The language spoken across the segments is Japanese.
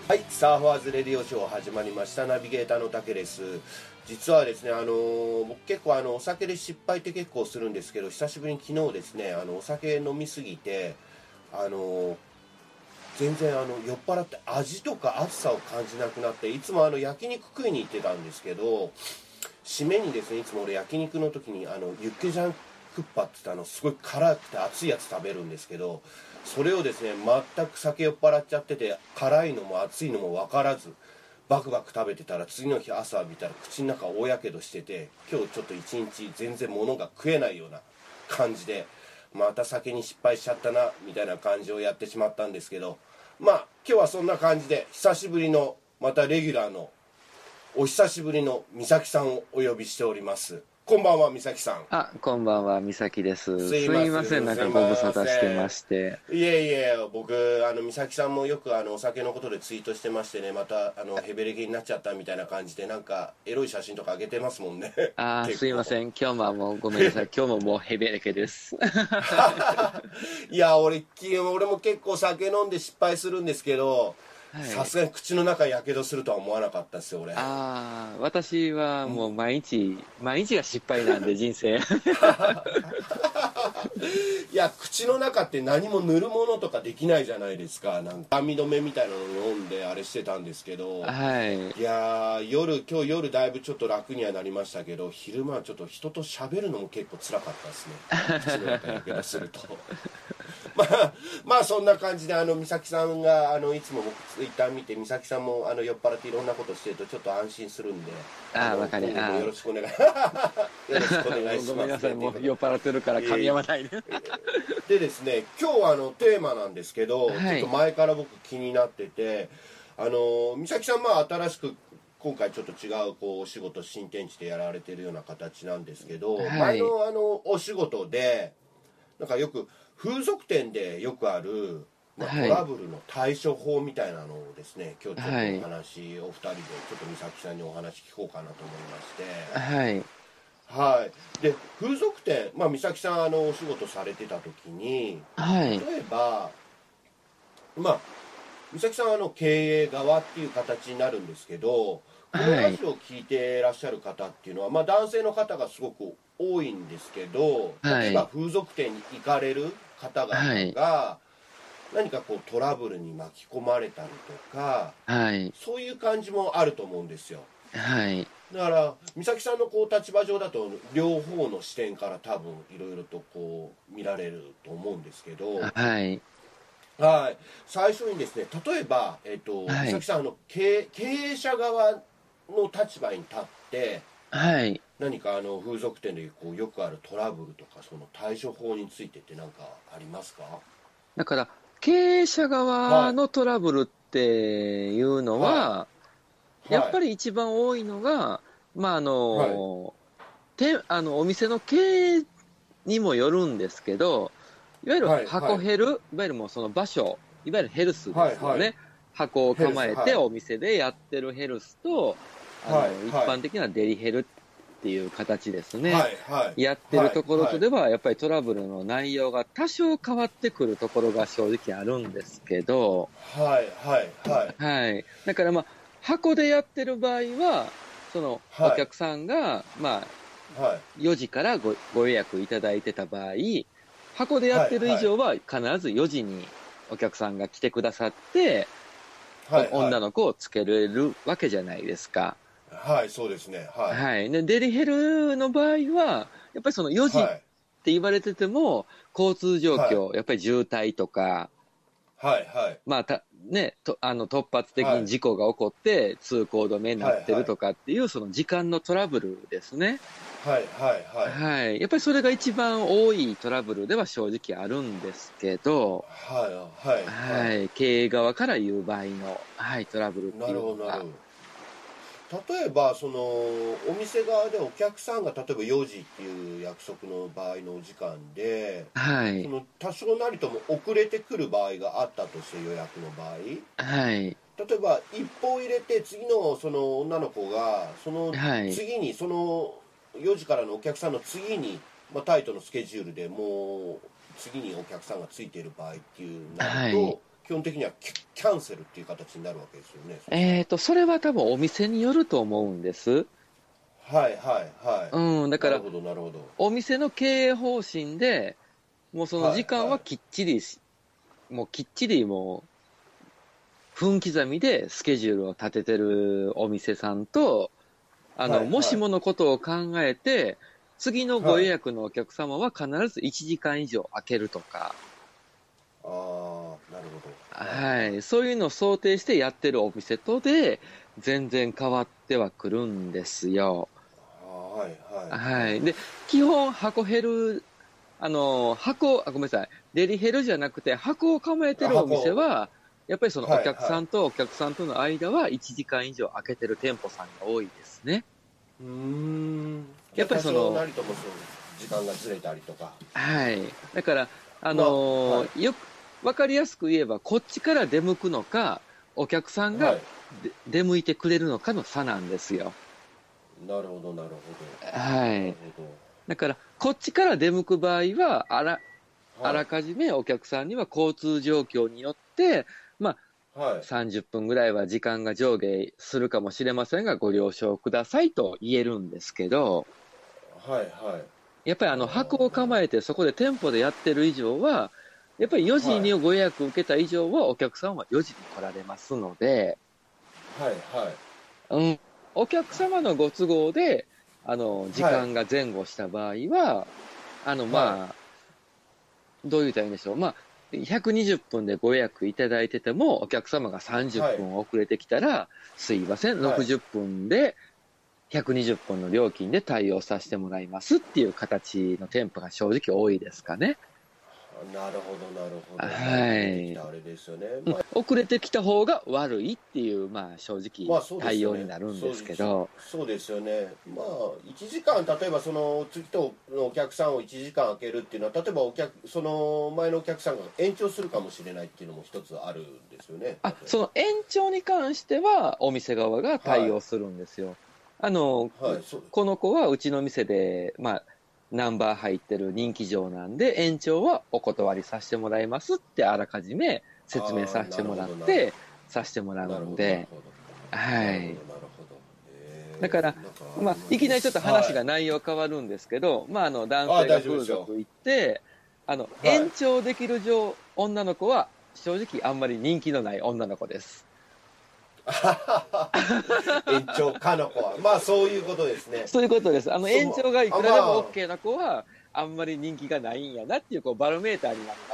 はい、サーファーズレディオショー始まりました。ナビゲーターの竹です。実はですね、僕結構お酒で失敗って結構するんですけど、久しぶりに昨日ですね、お酒飲みすぎて、全然酔っ払って味とか熱さを感じなくなって、いつも焼肉食いに行ってたんですけど、締めにですね、いつも俺焼肉の時にユッケジャンクッパって言ってすごい辛くて熱いやつ食べるんですけど、それをですね全く酒酔っ払っちゃってて、辛いのも熱いのも分からずバクバク食べてたら、次の日朝見たら口の中大やけどしてて、今日ちょっと一日全然物が食えないような感じで、また酒に失敗しちゃったなみたいな感じをやってしまったんですけど、まあ今日はそんな感じで久しぶりのまたレギュラーのお久しぶりの美咲さんをお呼びしております。こんばんは、美咲さん。 こんばんは、みさきです。すすいません、 いません、なんかご無沙汰してまして。 いえいえ、僕美咲さんもよくお酒のことでツイートしてましてね、またヘベレケになっちゃったみたいな感じで、なんかエロい写真とか上げてますもんね。結構すいません。今日ももうごめんなさい。今日ももうヘベレケです。 いや俺も結構酒飲んで失敗するんですけど、 はい。 さすがに口の中やけどするとは思わなかったですよ俺。 私はもう毎日が失敗なんで、人生。 いや口の中って何も塗るものとかできないじゃないですか。なんか網止めみたいなのを飲んであれしてたんですけど、 はい。 いや今日夜だいぶちょっと楽にはなりましたけど、昼間はちょっと人と喋るのも結構辛かったですね。口の中やけどすると。まあそんな感じで美咲さんがいつも僕ツイッター見て、美咲さんも酔っ払っていろんなことしてるとちょっと安心するんで、 わかり、 今後もよろしくお願いよろしくお願いしますね。 ごめんなさい。もう酔っ払ってるから噛み合わないね。 でですね、今日はテーマなんですけど、ちょっとはい。 前から僕気になってて、美咲さん新しく今回ちょっと違うお仕事新天地でやられてるような形なんですけど、前はい。 のお仕事でなんかよく風俗店でよくある、トはい。 ラブルの対処法みたいなのをですね、今日ちょっとおはい。 話、お二人でちょっと美咲さんにお話聞こうかなと思いまして。 はい。 はい。で、風俗店、美咲さんお仕事されてた時に、 はい。 例えば、まあ、美咲さんは経営側っていう形になるんですけど、このはい。 ラジオを聞いてらっしゃる方っていうのは、男性の方がすごく多いんですけど、例えばはい。 風俗店に行かれる方々 はい。 が何かトラブルに巻き込まれたりとか、 はい。 そういう感じもあると思うんですよ。 はい。 だから美咲さんの立場上だと両方の視点から多分いろいろと見られると思うんですけど、 はい。 はい、最初にですね、例えば、美はい。 咲さん経営者側の立場に立ってはい。 何か風俗店でよくあるトラブルとかその対処法についてって何かありますか？ だから、経営者側はいのトラブルっていうのはいは、やっはいぱり一番多いのが、まあ、 はいお店の経営にもよるんですけど、いわゆるはいはい箱ヘル、いわゆるもうその場所、いわゆるヘルスではいはいすよね。箱をヘル構えてスはいお店でやってるヘルスと、一はいはい般的なデリヘルっていう形ですね。 はいはいやってるはいところとはいでは、やっぱりトラブルの内容が多少変わってくるところが正直あるんですけど、 はいはいはいはい。だからまあ、箱でやってる場合は、そのおはい客さんが、まあ、 はい 4時からご予約いただいてた場合、箱でやってる以はいはい上は必ず4時にお客さんが来てくださって、 はいはい女の子をつけれるわけじゃないですか。 はいそうですねはいはい。で、デリヘルの場合は、やっぱりその4時ってはい言われてても、交通状はい況、やっぱり渋滞とか、 はいはいまあ、突発的はいに事故が起こって通行止めになってるはいはいとかっていう、その時間のトラブルですね。 はいはいはいはい。やっぱりそれが一番多いトラブルでは正直あるんですけど、 はいはいははい。経営側から言う場合の、はい、トラブルっい。なていうのが、 るほどなるほど。例えばそのお店側でお客さんが例えば4時っていう約束の場合のお時間で、 はい。 その多少なりとも遅れてくる場合があったとして、予約の場合、 はい。 例えば一報入れて次のその女の子がそのはい。 次にその4時からのお客さんの次に、タイトのスケジュールでもう次にお客さんがついている場合っていうなるはい。 と、 基本的にはキャンセルっていう形になるわけですよね。 それは多分お店によると思うんです。 はいはいはい。 うん、だから、 なるほどなるほど。 お店の経営方針で、もうその時間はきっちりもうきっちりもう、分刻みでスケジュールを立ててるお店さんと、もしものことを考えて、次のご予約のお客様は必ず1時間以上空けるとか、 ああ、なるほど。 はい、そういうのを想定してやってるお店とで、全然変わってはくるんですよ。 はいはい。 はい。で、基本箱減る、ごめんなさい。デリヘルじゃなくて、箱を構えてるお店は、やっぱりそのお客さんとお客さんとの間は1時間以上空けてる店舗さんが多いですね。 やっぱりその、なりともそう、時間がずれたりとか。 はい。だから、よく、わかりやすく言えば、こっちから出向くのか、お客さんが出向いてくれるのかの差なんですよ。 なるほど、なるほど。 はい。だから、こっちから出向く場合は、あらかじめお客さんには交通状況によって、まあ、30分ぐらいは時間が上下するかもしれませんが、ご了承くださいと言えるんですけど、やっぱり箱を構えてそこで店舗でやってる以上は、やっぱり4時にご予約受けた以上はお客さんは4時に来られますので、お客様のご都合で、時間が前後した場合は、まあ、どう言ったらいいんでしょう。まあ、120分でご予約いただいてても、お客様が30分遅れてきたら、すいません、60分で120分の料金で対応させてもらいますっていう形の店舗が正直多いですかね。 なるほど、なるほど。 はい。 あれですよね。 遅れてきた方が悪いっていう、まあ正直対応になるんですけど。 そうですよね。まあ、1時間、例えばその次とのお客さんを1時間空けるっていうのは、例えばその前のお客さんが延長するかもしれないっていうのも一つあるんですよね。 その延長に関しては、お店側が対応するんですよ。この子はうちの店で、まあ、ナンバー入ってる人気嬢なんで、延長はお断りさせてもらいますってあらかじめ説明させてもらって、させてもらうんで、はい。だから、まあ、いきなりちょっと話が内容変わるんですけど、まあ、男性が風俗行って、延長できる女の子は、正直あんまり人気のない女の子です。 延長可の子は。まあそういうことですね。 そういうことです。延長がいくらでも OK な子は、あんまり人気がないんやなっていう、バロメーターになります。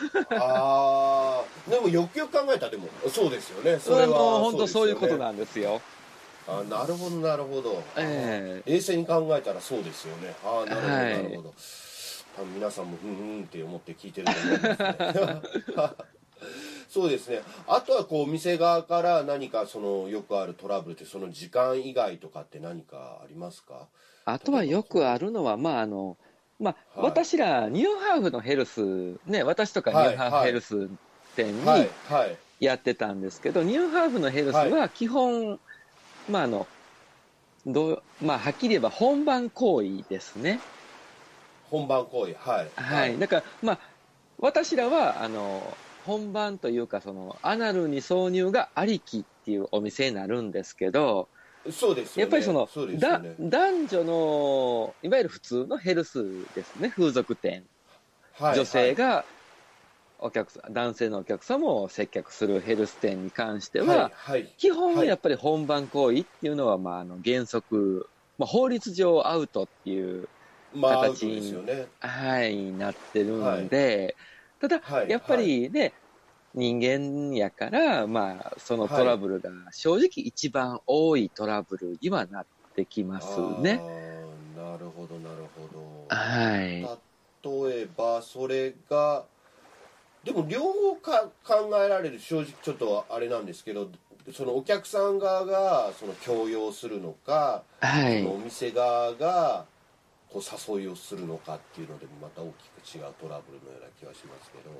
でもよくよく考えたら、でも、そうですよね。それは本当そういうことなんですよ。 なるほど、なるほど。冷静に考えたらそうですよね。なるほど、なるほど。多分皆さんも、って思って聞いてると思いますね。そうですね。あとはお店側から何かよくあるトラブルって、その時間以外とかって何かありますか？ あとはよくあるのは、私らニューハーフのヘルス、ね、私とかニューハーフヘルス店にやってたんですけど、ニューハーフのヘルスは基本、はっきり言えば本番行為ですね。 本番行為、 はい。だから、私らは、本番というか、アナルに挿入がありきっていうお店になるんですけど、 そうですよね。 やっぱり男女の、いわゆる普通のヘルスですね、風俗店。女性が男性のお客様を接客するヘルス店に関しては、基本はやっぱり本番行為っていうのは、原則、法律上アウトっていう形に、なってるんで、ただ、やっぱりね、人間やから、そのトラブルが正直一番多いトラブルにはなってきますね。 なるほど、なるほど。 はい。 例えば、それが、でも両方考えられる、正直ちょっとあれなんですけど、そのお客さん側が強要するのか、そのお店側が誘いをするのかっていうのでもまた大きく違うトラブルのような気はしますけど。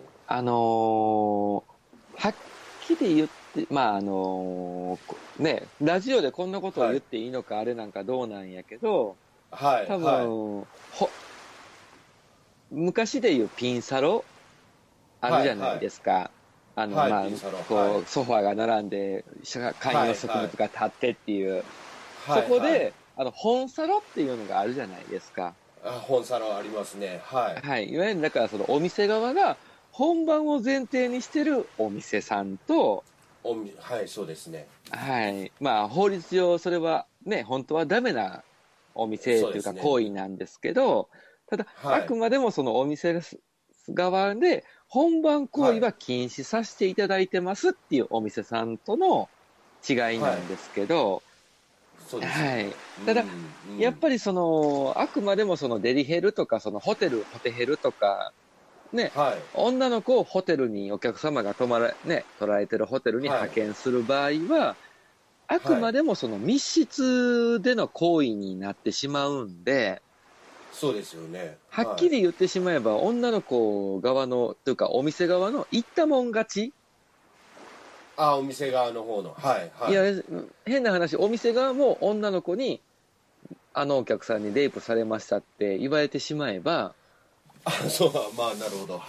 はっきり言って、ね、ラジオでこんなことを言っていいのか、あれなんかどうなんやけど、多分、昔で言うピンサロあるじゃないですか。 まあ、こう、ソファーが並んで、観葉植物が立ってっていう、そこで、本サロっていうのがあるじゃないですか。 本サロありますね。はい。 はい。いわゆる、だからそのお店側が本番を前提にしてるお店さんと、 はい、そうですね。 はい。まあ、法律上、それはね、本当はダメなお店というか行為なんですけど、ただ、あくまでもそのお店側で、本番行為は禁止させていただいてますっていうお店さんとの違いなんですけど、 そうですはい。ただ、やっぱりその、あくまでもそのデリヘルとか、そのホテヘルとか、ね、女の子をホテルにお客様が捉えてるホテルに派遣する場合は、あくまでもその密室での行為になってしまうんで、 そうですよね。 はっきり言ってしまえば、女の子側の、というかお店側の言ったもん勝ち。 お店側の方の。 いや、変な話、お店側も女の子に、あのお客さんにレイプされましたって言われてしまえば、 そう、まあ、なるほど。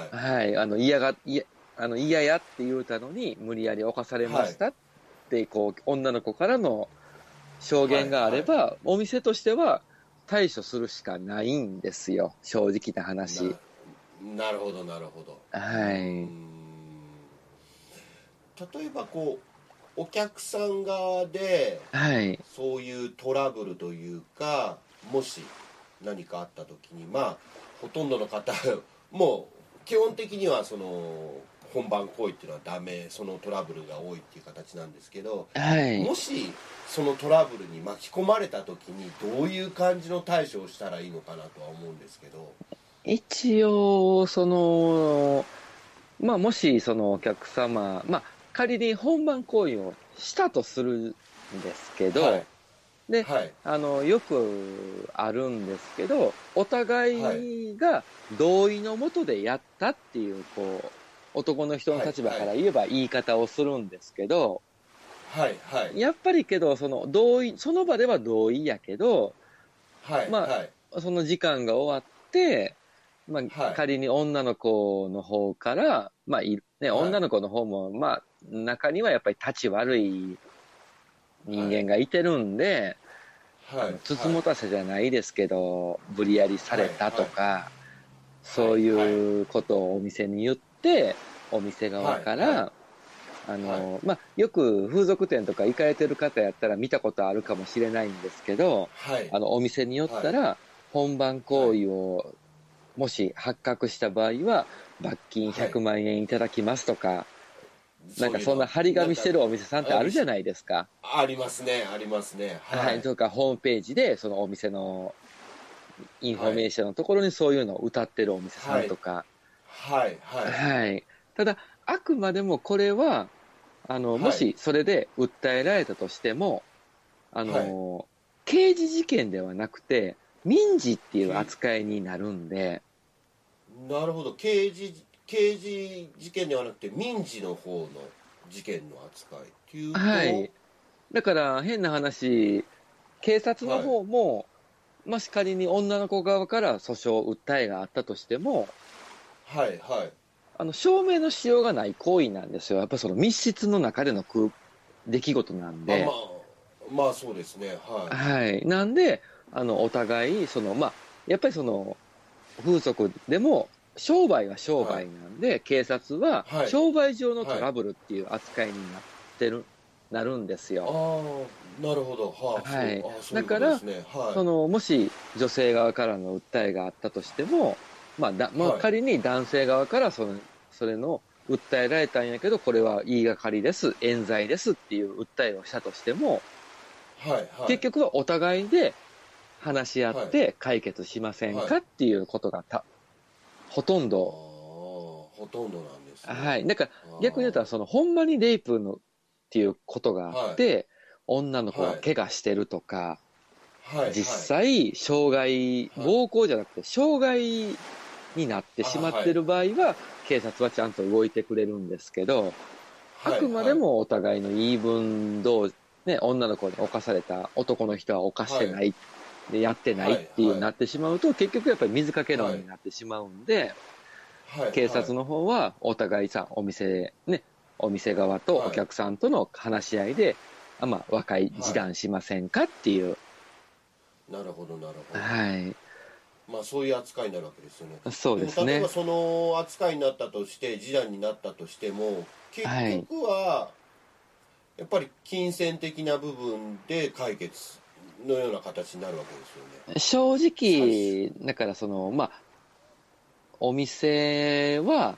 嫌やって言うたのに、無理やり犯されましたって、こう、女の子からの証言があれば、お店としては対処するしかないんですよ。正直な話。 なるほど、なるほど。 はい。 例えば、こう、お客さん側で、そういうトラブルというか、もし何かあった時に、まあ、ほとんどの方、もう、基本的には、その、本番行為っていうのはダメ、そのトラブルが多いっていう形なんですけど、もしそのトラブルに巻き込まれた時にどういう感じの対処をしたらいいのかなとは思うんですけど、 一応そのまあもしそのお客様、まあ仮に本番行為をしたとするんですけど、で、よくあるんですけど、お互いが同意のもとでやったっていう、こう、男の人の立場から言えば言い方をするんですけど、やっぱりけど、その場では同意やけど、まあ、その時間が終わって、まあ、仮に女の子の方から、まあ、女の子の方も、まあ、中にはやっぱり立ち悪い人間がいてるんで、つつもたせじゃないですけど、無理やりされたとか、そういうことをお店に言って、お店側から、まあ、よく風俗店とか行かれてる方やったら見たことあるかもしれないんですけど、お店によったら、本番行為をもし発覚した場合は、罰金100万円いただきますとか、なんかそんな張り紙してるお店さんってあるじゃないですか。 ありますね、ありますね。 とか、ホームページで、そのお店のインフォメーションのところにそういうのを歌ってるお店さんとか。ただ、あくまでもこれは、もしそれで訴えられたとしても、刑事事件ではなくて、民事っていう扱いになるんで。 なるほど。刑事事件ではなくて民事の方の事件の扱いっていうと、 だから変な話、警察の方も、もし仮に女の子側から訴訟、訴えがあったとしても、証明のしようがない行為なんですよ。やっぱその密室の中での出来事なんで。 まあそうですね。 なんで、お互い、まあ、やっぱり風俗でも、商売は商売なんで、警察は商売上のトラブルっていう扱いになるんですよ。 なるほど。 だから、もし女性側からの訴えがあったとしても、まあ仮に男性側からそれの訴えられたんやけど、これは言いがかりです、冤罪ですっていう訴えをしたとしても、結局はお互いで話し合って解決しませんかっていうことがほとんどなんですね。 だから逆に言ったらほんまにレイプのっていうことがあって、女の子が怪我してるとか、実際暴行じゃなくて傷害になってしまってる場合は、警察はちゃんと動いてくれるんですけど、あくまでもお互いの言い分女の子に犯された男の人は犯してない、でやってないっていうなってしまうと、結局やっぱり水かけ論になってしまうんで、 警察の方はお互いさ、お店側とお客さんとの話し合いで、和解示談しませんかっていう。 なるほどなるほど。 はい。 そういう扱いになるわけですよね。 そうですね。 でも例えばその扱いになったとして、示談になったとしても、結局は、やっぱり金銭的な部分で解決のような形になるわけですよね。 正直、だからお店は、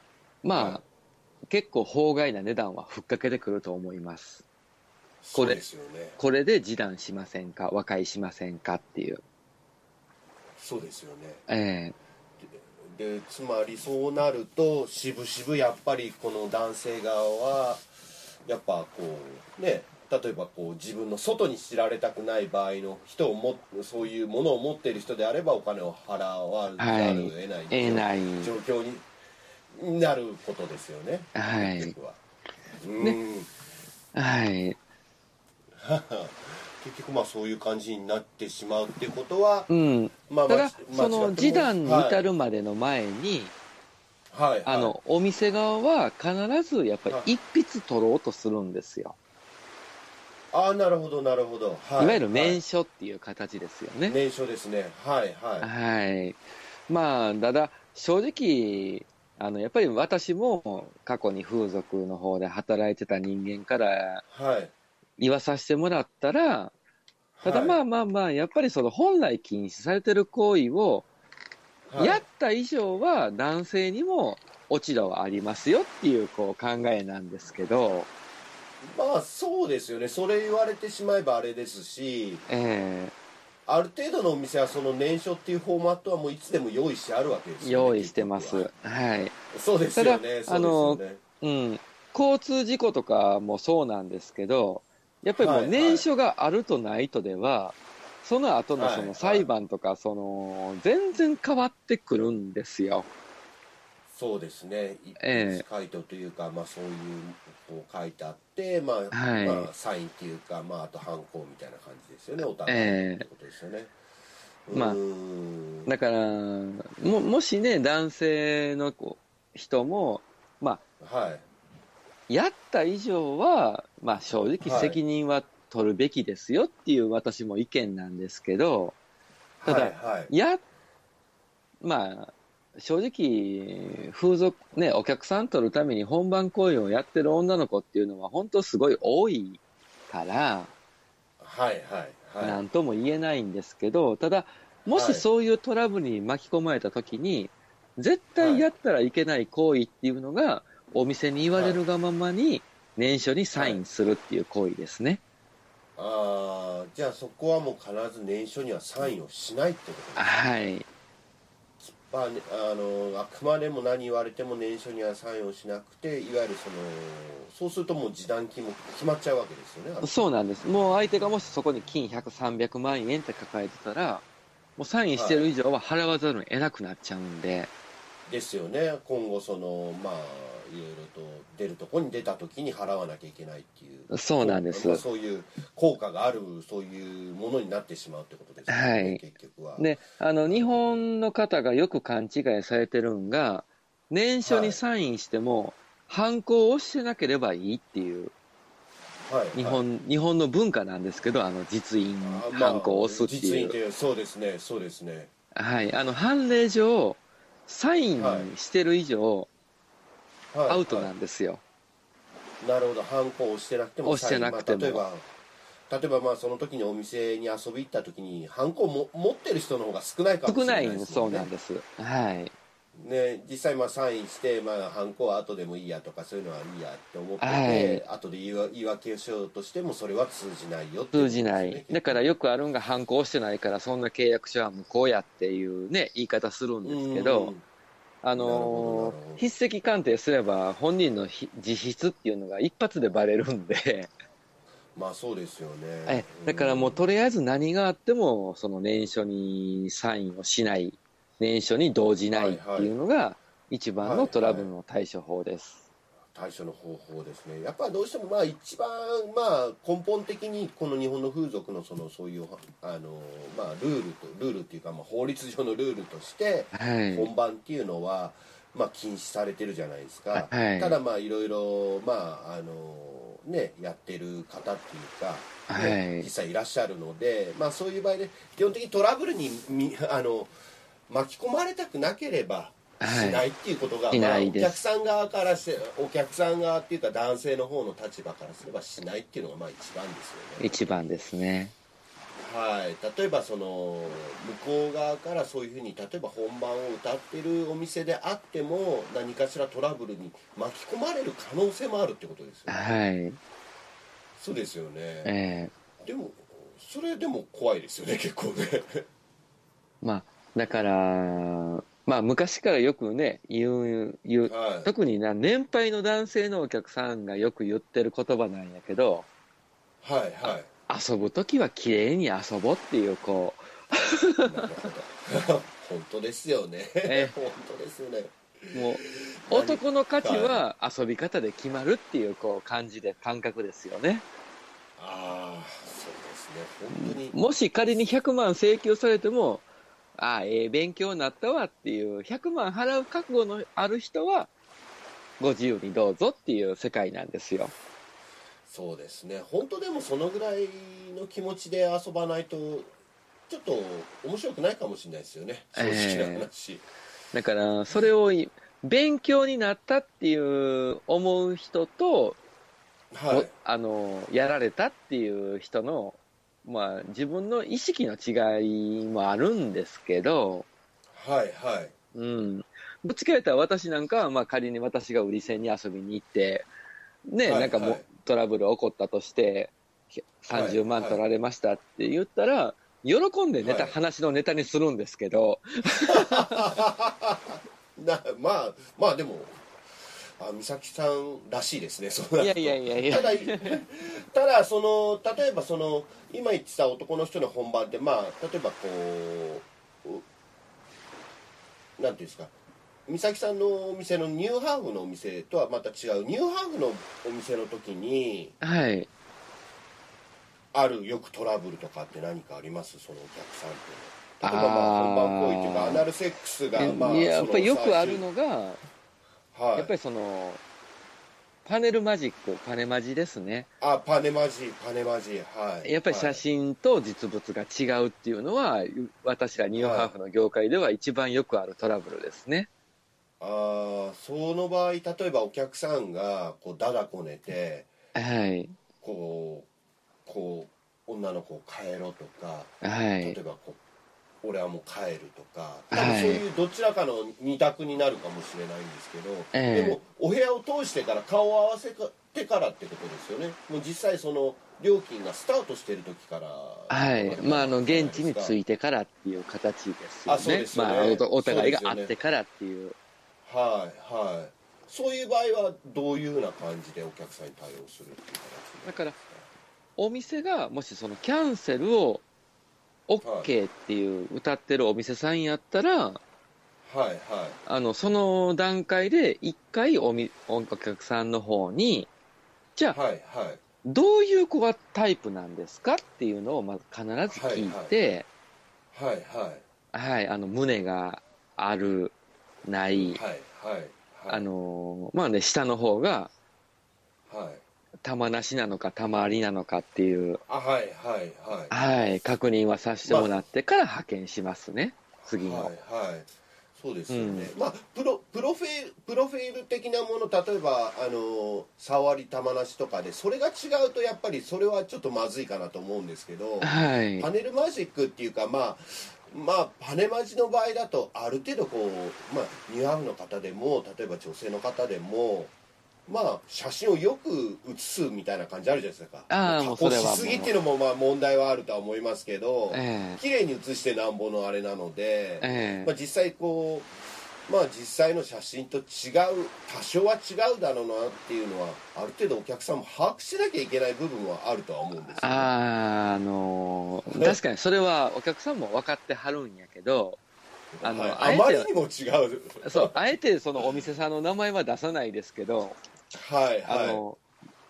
結構法外な値段はふっかけてくると思います。 そうですよね。 これで示談しませんか、和解しませんかっていう。 そうですよね。でつまりそうなるとしぶしぶやっぱりこの男性側はやっぱ例えば自分の外に知られたくない場合の人をそういうものを持っている人であればお金を払わざるを得ない状況になることですよね。結局は。結局そういう感じになってしまうってことは、 ただその示談に至るまでの前に、お店側は必ずやっぱり一筆取ろうとするんですよ。 なるほどなるほど。 いわゆる念書っていう形ですよね。 念書ですね。 ただ正直やっぱり私も過去に風俗の方で働いてた人間から言わさせてもらったら、ただやっぱりその本来禁止されてる行為をやった以上は男性にも落ち度はありますよっていう考えなんですけど。 そうですよね。それ言われてしまえばあれですし、ある程度のお店はその念書っていうフォーマットはもういつでも用意してあるわけですよね。 用意してます。 そうですよね。 ただ交通事故とかもそうなんですけど、やっぱりもう念書があるとないとでは、その後のその裁判とか全然変わってくるんですよ。 そうですね。一筆回答というか、そういう書いてあって、サインっていうか、あとハンコみたいな感じですよね。お互いってことですよね。 だからもしね、男性の人もやった以上は正直責任は取るべきですよっていう私も意見なんですけど、ただ正直風俗ね、お客さん取るために本番行為をやってる女の子っていうのは本当すごい多いからなんとも言えないんですけど、ただもしそういうトラブルに巻き込まれた時に絶対やったらいけない行為っていうのがお店に言われるがままに念書にサインするっていう行為ですね。 じゃあそこはもう必ず念書にはサインをしないってことですね。あくまでも何言われても念書にはサインをしなくて、いわゆるそうするともう示談金も決まっちゃうわけですよね。 そうなんです。もう相手がもしそこに金100、300万円って抱えてたら、もうサインしてる以上は払わざるを得なくなっちゃうんで。 ですよね。今後いろいろと出るとこに出た時に払わなきゃいけないっていう。 そうなんです。 そういう効果がある、そういうものになってしまうってことですね。結局は。 で、日本の方がよく勘違いされてるんが、念書にサインしても、ハンコを押してなければいいっていう。日本の文化なんですけど、実印、ハンコを押すっていう。 実印っていう、そうですね、そうですね。 判例上、サインしてる以上、アウトなんですよ。 なるほど。ハンコを押してなくても押してなくても。 例えばその時にお店に遊び行った時にハンコを持ってる人の方が少ないかもしれないですもんね。 そうなんです。 実際サインしてハンコは後でもいいやとかそういうのはいいやって思ってて、後で言い訳をしようとしてもそれは通じないよっていう、 通じない。だからよくあるんがハンコ押してないからそんな契約書は無効やっていうね言い方するんですけど、筆跡鑑定すれば本人の自筆っていうのが一発でバレるんでそうですよね。 だからもうとりあえず何があってもその念書にサインをしない、念書に動じないっていうのが一番のトラブルの対処法です。 対処の方法ですね。やっぱりどうしても一番根本的にこの日本の風俗のそういうルールっていうか法律上のルールとして本番っていうのはまあ、禁止されてるじゃないですか、 はい、 ただまあいろいろまあねやってる方っていうか、ね、 はい、 実際いらっしゃるので、まあ、そういう場合で基本的にトラブルに巻き込まれたくなければしないっていうことが、 はい、 まあ、 お客さん側からしてお客さん側っていうか男性の方の立場からすればしないっていうのがまあ一番ですよね。 一番ですね。 はい、例えばその向こう側からそういうふうに例えば本番を歌ってるお店であっても何かしらトラブルに巻き込まれる可能性もあるってことですよね。 はい。 そうですよね。でもそれでも怖いですよね結構ね。 まあだからまあ昔からよくねはい、 特に年配の男性のお客さんがよく言ってる言葉なんやけど、 はいはい。 遊ぶときは綺麗に遊ぼうっていうこなるほど。本当ですよね。本当ですよね。 もう男の価値は遊び方で決まるっていうこう感覚ですよね。 ああ、そうですね。本当に。 もし仮に100万請求されても、勉強になったわっていう100万払う覚悟のある人はご自由にどうぞっていう世界なんですよ。 そうですね。本当でもそのぐらいの気持ちで遊ばないとちょっと面白くないかもしれないですよね、正直な話。 だからそれを勉強になったっていう思う人と、 はい、 やられたっていう人の、まあ、自分の意識の違いもあるんですけど、 はいはいうん、どっちか言ったら私なんかは、まあ、仮に私が売り線に遊びに行ってね、なんかもうトラブル起こったとして30万取られましたって言ったら、喜んで話のネタにするんですけどまあでも美咲さんらしいですね。そうなるといやただその例えばその今言ってた男の人の本番って、まあ例えばこうなんていうんですか、美咲さんのお店のニューハーフのお店とはまた違うニューハーフのお店の時に、 はい、 よくトラブルとかって何かあります？そのお客さんと。例えばまあ本番行為というかアナルセックスがまあやっぱりよくあるのが、 はい、 やっぱりそのパネルマジック、パネマジですね。 パネマジ、はい。 やっぱり写真と実物が違うっていうのは、私らニューハーフの業界では一番よくあるトラブルですね。 その場合、例えばお客さんがこうだだこねて、 はい。 こう女の子を帰ろうとか、 はい。 例えば俺はもう帰るとか、多分そういうどちらかの二択になるかもしれないんですけど、でもお部屋を通してから顔を合わせてからってことですよね。もう実際その料金がスタートしてる時から。 はい。まあ現地に着いてからっていう形ですよね。 そうですよね。 まあお互いが会ってからっていう。 はいはい。そういう場合はどういうふうな感じでお客さんに対応するっていう形だからお店がもしそのキャンセルを OK っていう歌ってるお店さんやったら、 はいはい、 その段階で一回お客さんの方に、じゃあ、 はいはい、 どういう子がタイプなんですかっていうのをまず必ず聞いて、 はいはい、 はい、胸がある、ない、 はいはい、 まあね、下の方が、 はい、 玉なしなのか玉ありなのかっていう、 はいはいはい、 はい、確認はさせてもらってから派遣しますね、次の。 はいはい、そうですよね。まあプロフィール的なもの、例えば触り玉なしとかでそれが違うとやっぱりそれはちょっとまずいかなと思うんですけど、 はい、 パネルマジックっていうかまあパネマジの場合だとある程度こう、まあ、ニューハーフの方でも例えば女性の方でもまあ写真をよく写すみたいな感じあるじゃないですか。加工しすぎっていうのもまあ問題はあるとは思いますけど、綺麗に写してなんぼのあれなので、まあ、実際こうまあ実際の写真と違う多少は違うだろうなっていうのはある程度お客さんも把握しなきゃいけない部分はあるとは思うんですよ、 ね。確かにそれはお客さんも分かってはるんやけど、 あまりにも違う。 そう、あえてそのお店さんの名前は出さないですけど、 はいはい。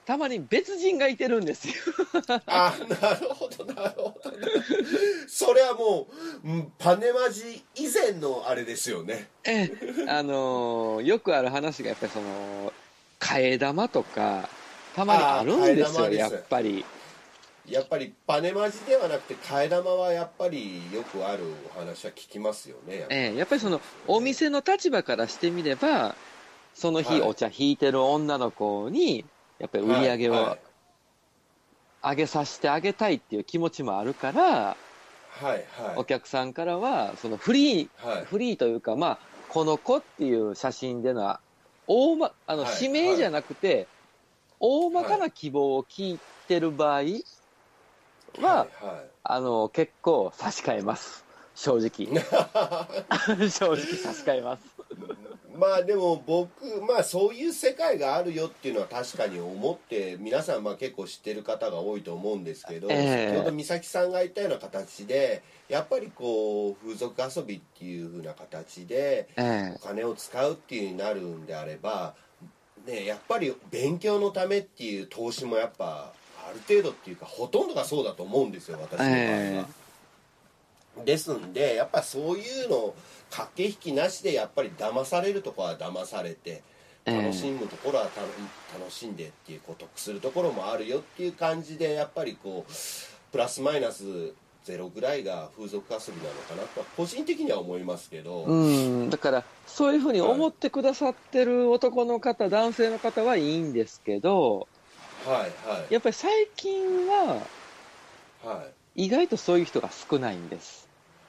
たまに別人がいてるんですよ。 あ、なるほどなるほど。それはもうパネマジ以前のあれですよね。 よくある話がやっぱりその替え玉とかたまにあるんですよ、やっぱり。 やっぱりパネマジではなくて替え玉はやっぱりよくあるお話は聞きますよね。 やっぱりそのお店の立場からしてみれば、その日お茶引いてる女の子にやっぱり売り上げを上げさせてあげたいっていう気持ちもあるから、お客さんからはそのフリーというか、まあこの子っていう写真での指名じゃなくて大まかな希望を聞いてる場合は、結構差し替えます。正直。正直差し替えます。 まあでもまあそういう世界があるよっていうのは確かに思って、皆さんまあ結構知ってる方が多いと思うんですけど、先ほど美咲さんが言ったような形で、やっぱりこう風俗遊びっていう風な形でお金を使うっていう風になるんであれば、ね、やっぱり勉強のためっていう投資もやっぱある程度っていうかほとんどがそうだと思うんですよ、私の場合は。ですんでやっぱそういうの駆け引きなしでやっぱり騙されるところは騙されて、楽しむところは楽しんでっていう得するところもあるよっていう感じで、やっぱりこうプラスマイナスゼロぐらいが風俗遊びなのかなと個人的には思いますけど、 だからそういうふうに思ってくださってる男の方、男性の方はいいんですけど、やっぱり最近は意外とそういう人が少ないんです。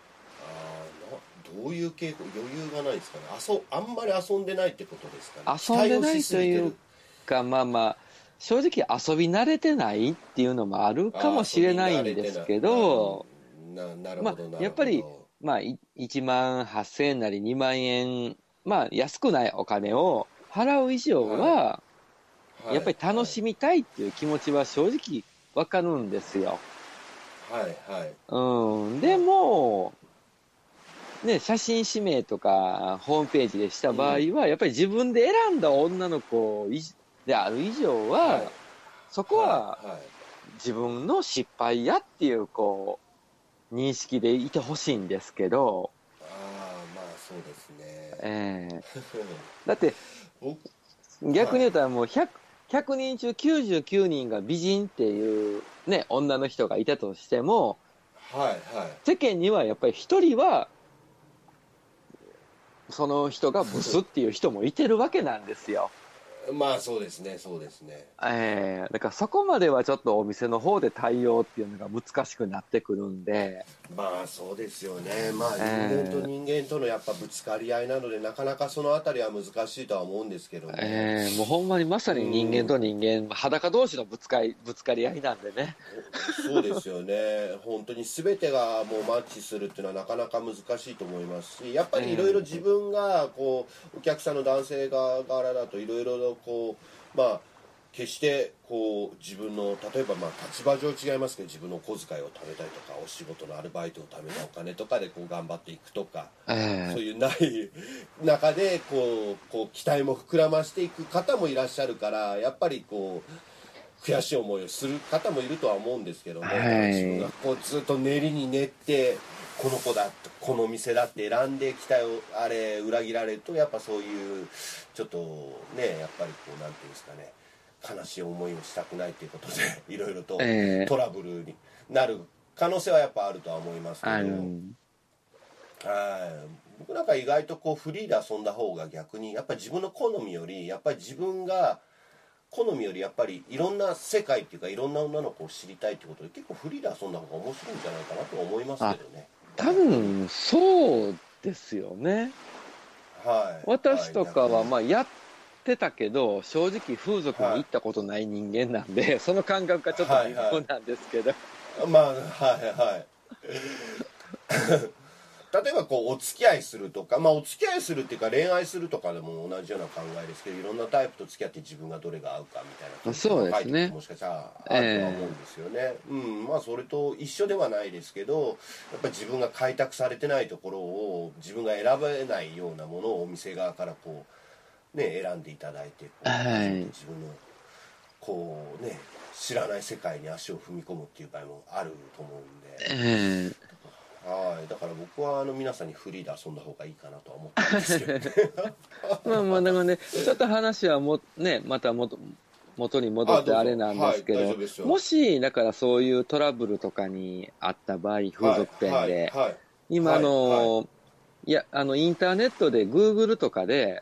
どういう傾向、余裕がないですかね。あんまり遊んでないってことですかね。 遊んでないというか、まあまあ正直遊び慣れてないっていうのもあるかもしれないんですけど、やっぱり、まあ、1万8000円なり2万円、まあ、安くないお金を払う以上は、やっぱり楽しみたいっていう気持ちは正直わかるんですよ。でも、ね、写真指名とかホームページでした場合は、やっぱり自分で選んだ女の子である以上は、そこは自分の失敗やっていう、認識でいてほしいんですけど。 まあそうですね。 だって逆に言うともう100人中99人が美人っていうね女の人がいたとしても、世間にはやっぱり一人はその人がブスっていう人もいてるわけなんですよ。 まあそうですね。 だからそこまではちょっとお店の方で対応っていうのが難しくなってくるんで。 まあそうですよね。まあ人間と人間とのやっぱぶつかり合いなので、なかなかそのあたりは難しいとは思うんですけどね。 もうほんまにまさに人間と人間、裸同士のぶつかり合いなんでね。 そうですよね。本当に全てがもうマッチするっていうのはなかなか難しいと思いますし、やっぱりいろいろ自分がお客さんの男性側だといろいろまあ決して自分の例えば立場上違いますけど、自分の小遣いを貯めたりとか、お仕事のアルバイトを貯めたお金とかで頑張っていくとか、そういうない中で期待も膨らましていく方もいらっしゃるから、やっぱり悔しい思いをする方もいるとは思うんですけども、自分がずっと練りに練ってこの子だこの店だって選んで期待を裏切られると、やっぱそういうちょっとね、やっぱりなんていうんですかね、悲しい思いをしたくないということでいろいろとトラブルになる可能性はやっぱあるとは思いますけど、僕なんか意外とフリーで遊んだ方が逆にやっぱり自分の好みよりやっぱりいろんな世界っていうか、いろんな女の子を知りたいってことで、結構フリーで遊んだ方が面白いんじゃないかなと思いますけどね。 多分そうですよね。私とかはやってたけど、正直風俗に行ったことない人間なんで、その感覚がちょっと微妙なんですけど。 例えばお付き合いするとか、お付き合いするっていうか恋愛するとかでも同じような考えですけど、いろんなタイプと付き合って自分がどれが合うかみたいな、 そうですね、 もしかしたらあるとは思うんですよね。それと一緒ではないですけど、やっぱり自分が開拓されてないところを自分が選べないようなものをお店側から選んでいただいて、自分のこうね知らない世界に足を踏み込むっていう場合もあると思うんで、はい、だから僕は皆さんにフリーで遊んだ方がいいかなとは思ったんですけどねまあまあだからねちょっと話はまた元に戻ってあれなんですけど、 はい、 もしだからそういうトラブルとかにあった場合、風俗店で、今いやインターネットで Google とかで、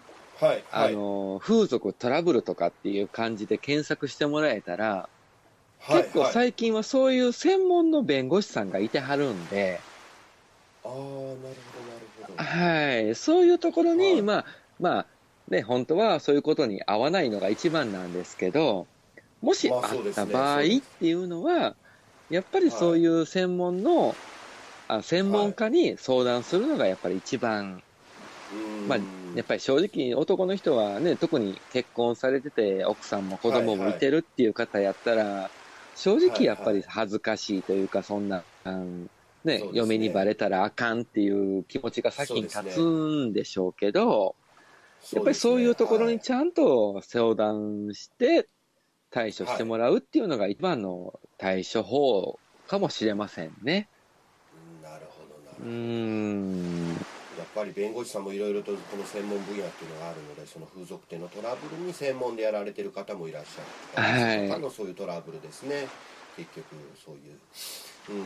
風俗トラブルとかっていう感じで検索してもらえたら、結構最近はそういう専門の弁護士さんがいてはるんで、 なるほどなるほど、 はい、そういうところに、まあね、本当はそういうことに合わないのが一番なんですけど、もしあった場合っていうのは、やっぱりそういう専門家に相談するのがやっぱり一番、まあ、やっぱり正直男の人はね、特に結婚されてて奥さんも子供もいてるっていう方やったら、正直やっぱり恥ずかしいというか、そんな、ね、嫁にバレたらあかんっていう気持ちが先に立つんでしょうけど、やっぱりそういうところにちゃんと相談して対処してもらうっていうのが一番の対処法かもしれませんね。 なるほどなるほど。やっぱり弁護士さんもいろいろとこの専門分野っていうのがあるので、その風俗店のトラブルに専門でやられてる方もいらっしゃるとか、そういうトラブルですね。結局そういう、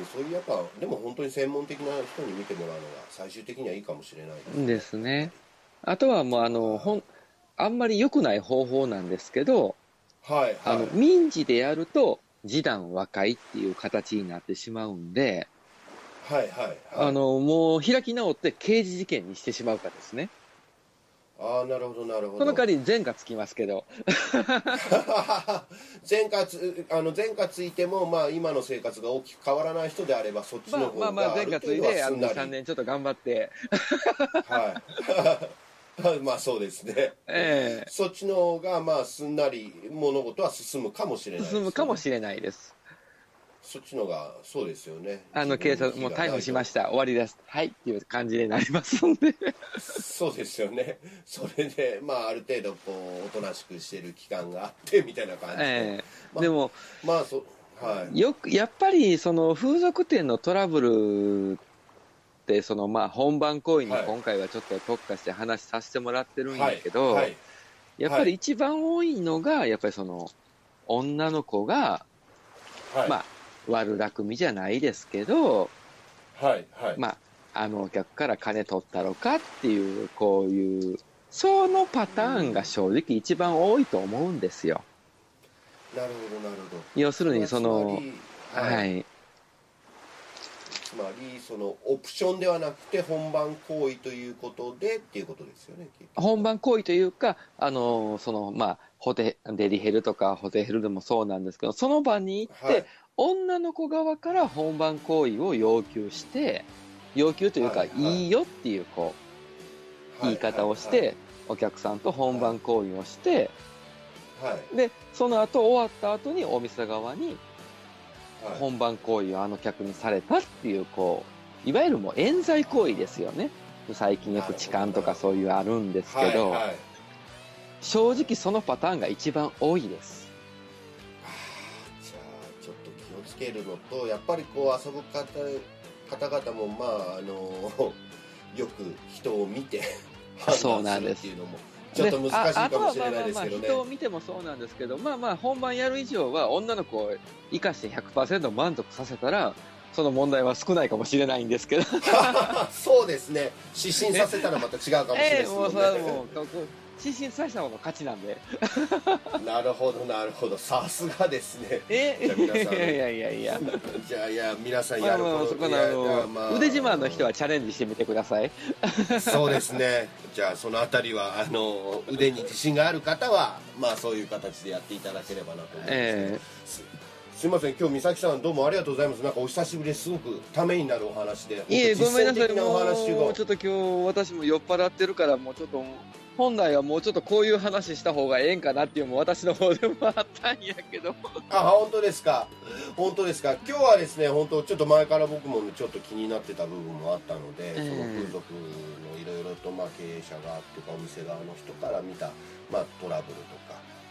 そういうやっぱでも本当に専門的な人に見てもらうのが最終的にはいいかもしれないですね。 ですね。あとはもうあんまり良くない方法なんですけど、民事でやると示談和解っていう形になってしまうんで、もう開き直って刑事事件にしてしまうかですね。 なるほどなるほど。 その代わり前科つきますけど前科ついても、まあ今の生活が大きく変わらない人であればそっちの方が前科ついて2、3年ちょっと頑張ってまあそうですね、そっちの方がまあすんなり物事は進むかもしれないです、ね、 進むかもしれないです。 そっちのがそうですよね。 警察もう逮捕しました終わりですはいっていう感じになりますんでそうですよね。それでまあある程度こうおとなしくしてる期間があってみたいな感じで、 でもやっぱりその風俗店のトラブルってその本番行為に今回はちょっと特化して話させてもらってるんやけど、やっぱり一番多いのがやっぱりその女の子が、悪巧みじゃないですけど、お客から金取ったろかっていうこういうそのパターンが正直一番多いと思うんですよ。 なるほどなるほど。 要するにそのつまりそのオプションではなくて本番行為ということでっていうことですよね。 本番行為というかデリヘルとかホテヘルでもそうなんですけど、その場に行って、女の子側から本番行為を要求というか、いいよっていう言い方をして、お客さんと本番行為をして、でその後終わった後にお店側に本番行為をあの客にされたっていういわゆるもう冤罪行為ですよね。最近よく痴漢とかそういうあるんですけど、正直そのパターンが一番多いです。 じゃあちょっと気をつけるのと、やっぱり遊ぶ方々もよく人を見て判断するっていうのもちょっと難しいかもしれないですけどね。 人を見てもそうなんですけど、本番やる以上は女の子を生かして 100% 満足させたらその問題は少ないかもしれないんですけどそうですね。失神させたらまた違うかもしれないですね。 もうそれはもう失神させた方の勝ちなんでなるほどなるほど、さすがですね。 じゃあ皆さんいやじゃあ皆さんやること腕自慢の人はチャレンジしてみてくださいそうですね。じゃあそのあたりは腕に自信がある方はそういう形でやっていただければなと思いますすいません、今日美咲さんどうもありがとうございます。なんかお久しぶりですごくためになるお話で。 ごめんなさい、もうちょっと今日私も酔っ払ってるからもうちょっと本来はもうちょっとこういう話した方がええんかなっていうも私の方でもあったんやけど本当ですか。今日はですね、本当ちょっと前から僕もちょっと気になってた部分もあったので、その風俗のいろいろと経営者側っていうかお店側の人から見たトラブルとか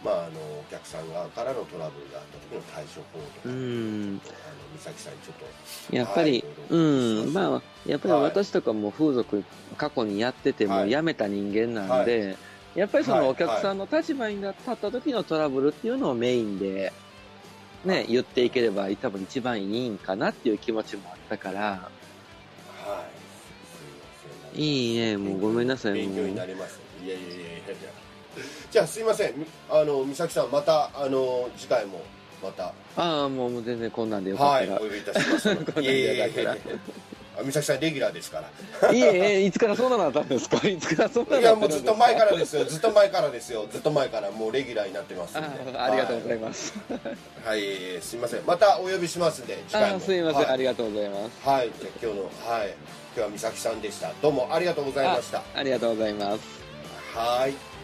まあ、お客さん側からのトラブルがあった時の対処法とか、美咲さんにちょっとやっぱり、まあやっぱり私とかも風俗過去にやってても辞めた人間なんで、やっぱりそのお客さんの立場に立った時のトラブルっていうのをメインでね、言っていければ多分一番いいんかなっていう気持ちもあったから、いいね、もうごめんなさい。 勉強になります。いやいやいやいや。じゃあすいません、美咲さんまた次回もまた。 ああ、もう全然こんなんでよかったら。 はい、お呼びいたします。こんなんでよかったら。美咲さんレギュラーですから。 いえ、いつからそんなのあったんですか？いつからそんなのあったんですか？ いや、もうずっと前からですよ。ずっと前からですよ。ずっと前からもうレギュラーになってますんで。 ありがとうございます。 はい、すいません。またお呼びしますんで、次回も。 すいません、ありがとうございます。 はい、じゃあ今日は美咲さんでした。どうもありがとうございました。 ありがとうございます。 はい。